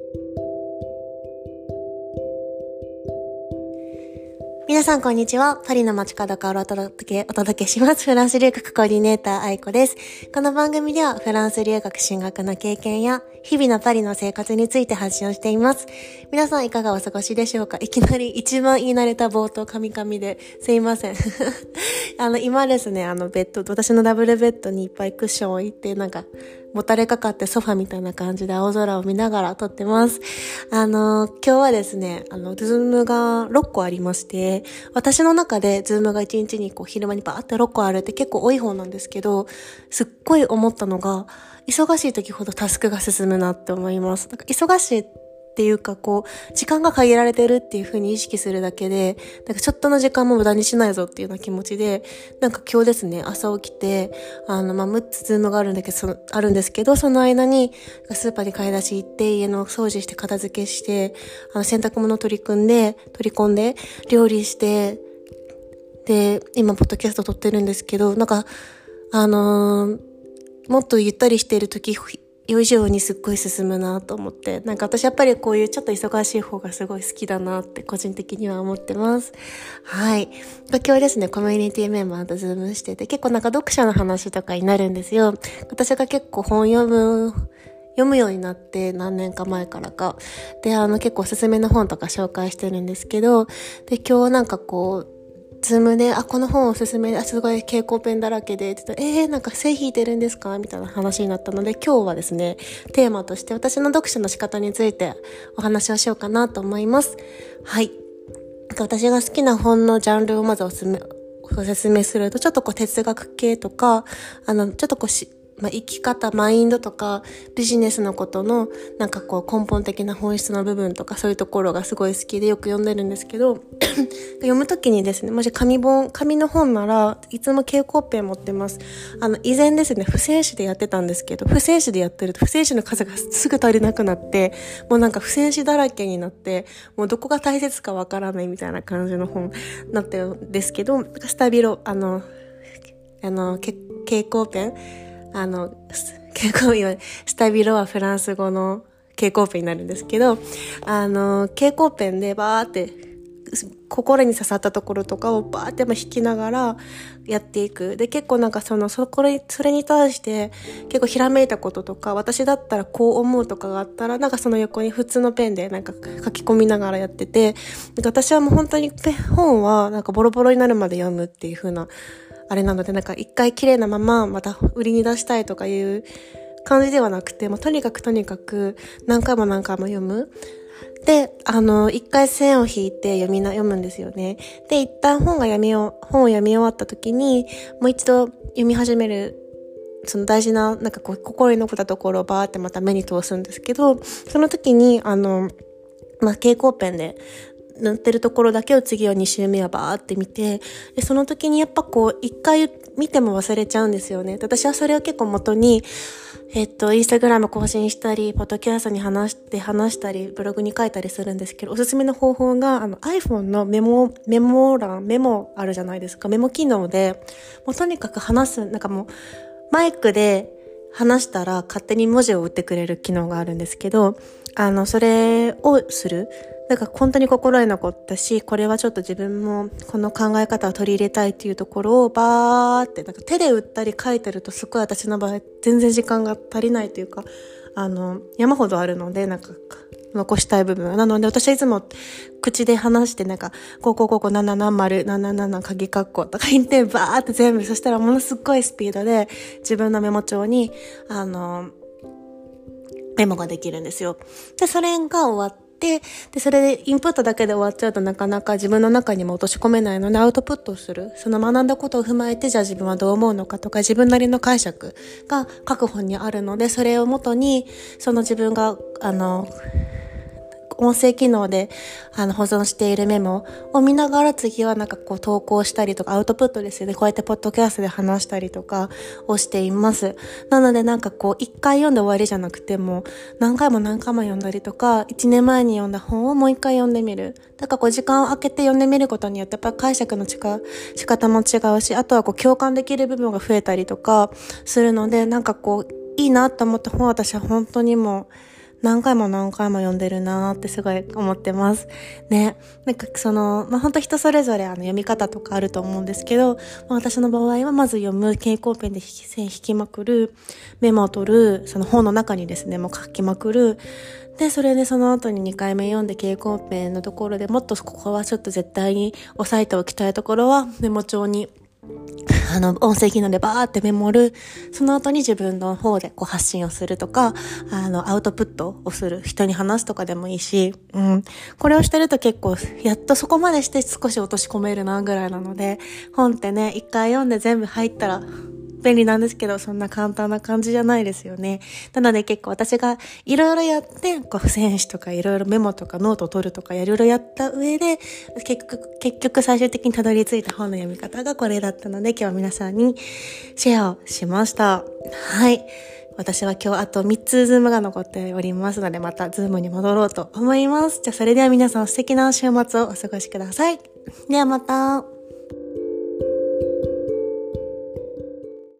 皆さんこんにちは。パリの街角からお届けします。フランス留学コーディネーター愛子です。この番組ではフランス留学進学の経験や日々のパリの生活について発信をしています。皆さんいかがお過ごしでしょうか？いきなり一番言い慣れた冒頭カミカミですいません。今ですね、私のダブルベッドにいっぱいクッションを置いて、もたれかかってソファみたいな感じで青空を見ながら撮ってます。今日はですね、ズームが6個ありまして、私の中でズームが1日に昼間にバーって6個あるって結構多い方なんですけど、すっごい思ったのが、忙しい時ほどタスクが進むなって思います。忙しいっていうか時間が限られてるっていう風に意識するだけで、ちょっとの時間も無駄にしないぞっていうような気持ちで、今日ですね、朝起きて、6つズームがあるんですけど、その間に、スーパーに買い出し行って、家の掃除して片付けして、洗濯物取り込んで、料理して、で、今、ポッドキャスト撮ってるんですけど、もっとゆったりしている時以上にすっごい進むなと思って、私やっぱりこういうちょっと忙しい方がすごい好きだなって個人的には思ってます。はい。今日はですね、コミュニティメンバーとズームしてて、結構読書の話とかになるんですよ。私が結構本読むようになって何年か前からか。で、結構おすすめの本とか紹介してるんですけど、で、今日ズームで、この本おすすめ、すごい蛍光ペンだらけで、線引いてるんですかみたいな話になったので、今日はですね、テーマとして私の読書の仕方についてお話をしようかなと思います。はい。私が好きな本のジャンルをまずご説明すると、ちょっと哲学系とか、ちょっと生き方、マインドとか、ビジネスのことの、根本的な本質の部分とか、そういうところがすごい好きでよく読んでるんですけど、読むときにですね、もし紙の本ならいつも蛍光ペン持ってます。以前ですね、付箋紙でやってたんですけど、付箋紙でやってると付箋紙の数がすぐ足りなくなって、もう付箋紙だらけになって、もうどこが大切かわからないみたいな感じの本になってるんですけど、スタビロ、蛍光ペン、スタビロはフランス語の蛍光ペンになるんですけど、蛍光ペンでバーって心に刺さったところとかをバーって引きながらやっていく。で、結構それに対して結構ひらめいたこととか、私だったらこう思うとかがあったら、その横に普通のペンで書き込みながらやってて、私はもう本当に本はボロボロになるまで読むっていう風なあれなので、一回綺麗なまままた売りに出したいとかいう感じではなくて、もうとにかく何回も読む。で、一回線を引いて読むんですよね。で、一旦本を読み終わった時に、もう一度読み始める、その大事な、心に残ったところをバーってまた目に通すんですけど、その時に、蛍光ペンで、塗ってるところだけを次は2週目はバーって見て、でその時にやっぱ一回見ても忘れちゃうんですよね。私はそれを結構元に、インスタグラム更新したり、ポッドキャストに話したり、ブログに書いたりするんですけど、おすすめの方法が、iPhone のメモあるじゃないですか。メモ機能で、もうとにかくマイクで話したら勝手に文字を打ってくれる機能があるんですけど、それをする。本当に心に残ったし、これはちょっと自分もこの考え方を取り入れたいっていうところをバーって手で打ったり書いてるとすごい私の場合全然時間が足りないというか、山ほどあるので残したい部分なので、私はいつも口で話してここ77077鍵括弧とか言ってバーって全部、そしたらものすごいスピードで自分のメモ帳にメモができるんですよ。で、それが終わってで、それでインプットだけで終わっちゃうとなかなか自分の中にも落とし込めないのでアウトプットをする。その学んだことを踏まえて、じゃあ自分はどう思うのかとか、自分なりの解釈が各本にあるので、それを元に、その自分が、音声機能で保存しているメモを見ながら次は投稿したりとかアウトプットですよね。こうやってポッドキャストで話したりとかをしています。なので一回読んで終わりじゃなくても何回も読んだりとか、1年前に読んだ本をもう一回読んでみる。時間を空けて読んでみることによってやっぱ解釈の仕方も違うし、あとは共感できる部分が増えたりとかするので、いいなと思った本は私は本当にもう何回も何回も読んでるなーってすごい思ってます。ね。なんか本当人それぞれ読み方とかあると思うんですけど、私の場合はまず読む、蛍光ペンで線引きまくる、メモを取る、その本の中にですね、もう書きまくる。で、それでその後に2回目読んで蛍光ペンのところでもっとここはちょっと絶対に押さえておきたいところはメモ帳に音声機能でバーってメモる。その後に自分の方で発信をするとか、アウトプットをする。人に話すとかでもいいし、これをしてると結構、やっとそこまでして少し落とし込めるなぐらいなので、本ってね、一回読んで全部入ったら、便利なんですけど、そんな簡単な感じじゃないですよね。なので結構私がいろいろやって、付箋紙とかいろいろメモとかノートを取るとかいろいろやった上で、結局最終的にたどり着いた本の読み方がこれだったので、今日は皆さんにシェアをしました。はい。私は今日あと3つズームが残っておりますので、またズームに戻ろうと思います。じゃあそれでは皆さん素敵な週末をお過ごしください。ではまた。